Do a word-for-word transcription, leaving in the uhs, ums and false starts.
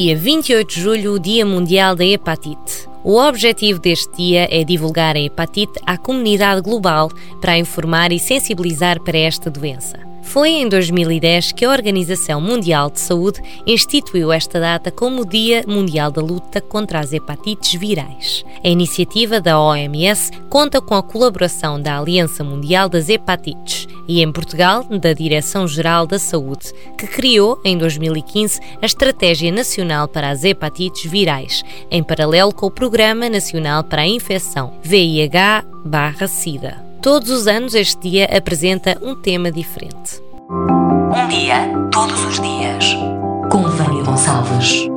dia vinte e oito de julho, o Dia Mundial da Hepatite. O objetivo deste dia é divulgar a hepatite à comunidade global para informar e sensibilizar para esta doença. Foi em dois mil e dez que a Organização Mundial de Saúde instituiu esta data como o Dia Mundial da Luta contra as Hepatites Virais. A iniciativa da O M S conta com a colaboração da Aliança Mundial das Hepatites e, em Portugal, da Direção-Geral da Saúde, que criou, em dois mil e quinze, a Estratégia Nacional para as Hepatites Virais, em paralelo com o Programa Nacional para a Infecção V I H SIDA. Todos os anos este dia apresenta um tema diferente. Um dia, todos os dias. Com Vânia Gonçalves.